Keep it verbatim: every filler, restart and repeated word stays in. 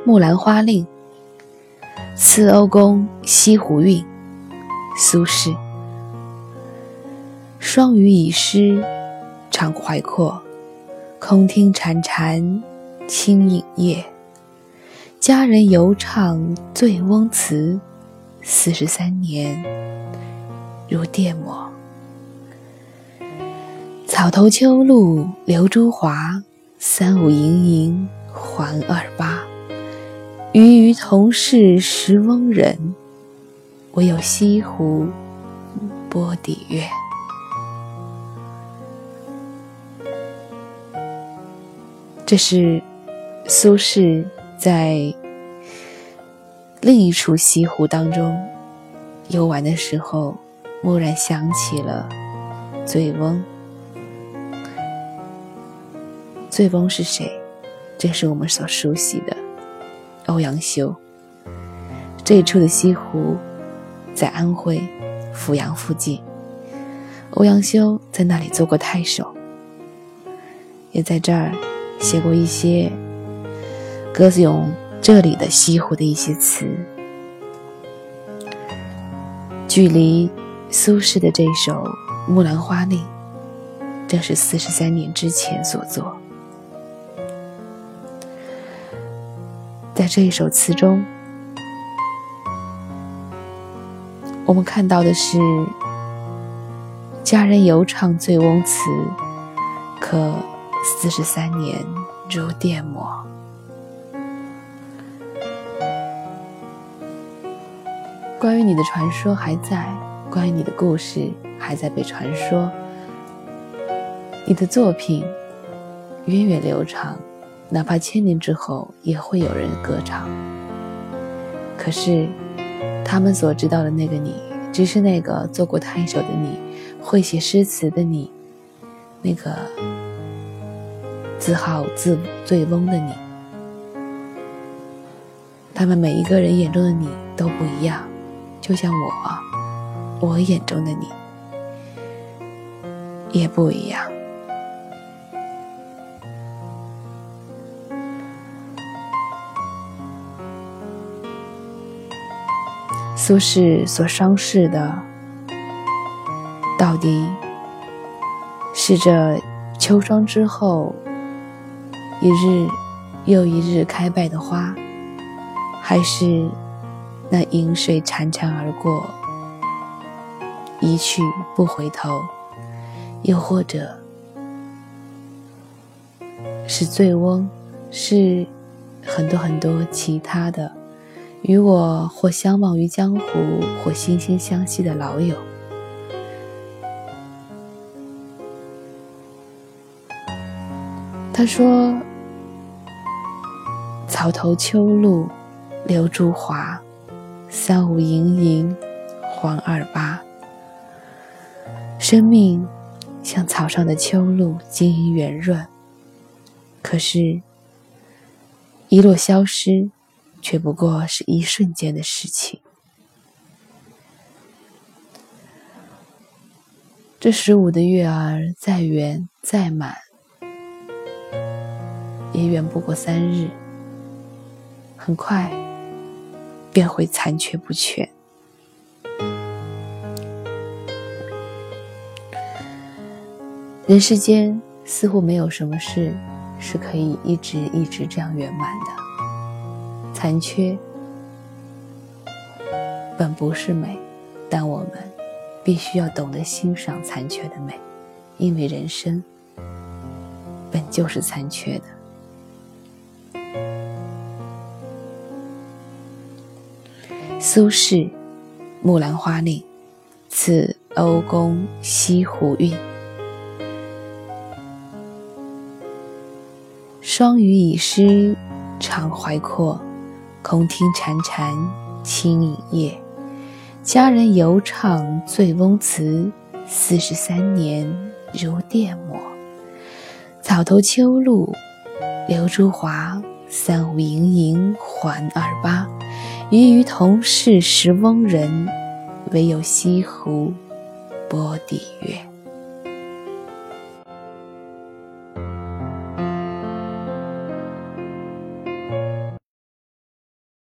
木兰花令，次瓯宫西湖韵。苏轼。双羽已失，常怀阔，空听潺潺，清影夜。佳人犹唱醉翁词，四十三年，如电抹。草头秋露流珠华，三五盈盈还二八。余余同是十翁人，唯有西湖波底月。这是苏轼在另一处西湖当中游玩的时候，蓦然想起了醉翁。醉翁是谁？这是我们所熟悉的欧阳修。这一处的西湖在安徽阜阳附近，欧阳修在那里做过太守，也在这儿写过一些歌咏这里的西湖的一些词。距离苏轼的这首《木兰花令》正是四十三年之前所作。在这一首词中，我们看到的是佳人犹唱醉翁词，可四十三年如电抹。关于你的传说还在，关于你的故事还在被传说，你的作品源远流长，哪怕千年之后也会有人歌唱。可是他们所知道的那个你，只是那个做过太守的你，会写诗词的你，那个自号自醉翁的你。他们每一个人眼中的你都不一样，就像我，我眼中的你也不一样。苏轼所伤逝的，到底是这秋霜之后一日又一日开败的花，还是那饮水潺潺而过，一去不回头，又或者是醉翁，是很多很多其他的与我或相忘于江湖，或惺惺相惜的老友。他说，草头秋露流珠华，三五盈盈还二八。生命像草上的秋露，晶莹圆润，可是一落消失，却不过是一瞬间的事情。这十五的月儿再圆再满，也圆不过三日，很快便会残缺不全。人世间似乎没有什么事是可以一直一直这样圆满的。残缺本不是美，但我们必须要懂得欣赏残缺的美，因为人生本就是残缺的。苏轼《木兰花令》，次瓯宫西湖韵。双羽已失，常怀阔，空听潺潺，清影夜。佳人犹唱醉翁词，四十三年如电抹。草头秋露流珠华，三五盈盈还二八。余余同是十翁人，唯有西湖波底月。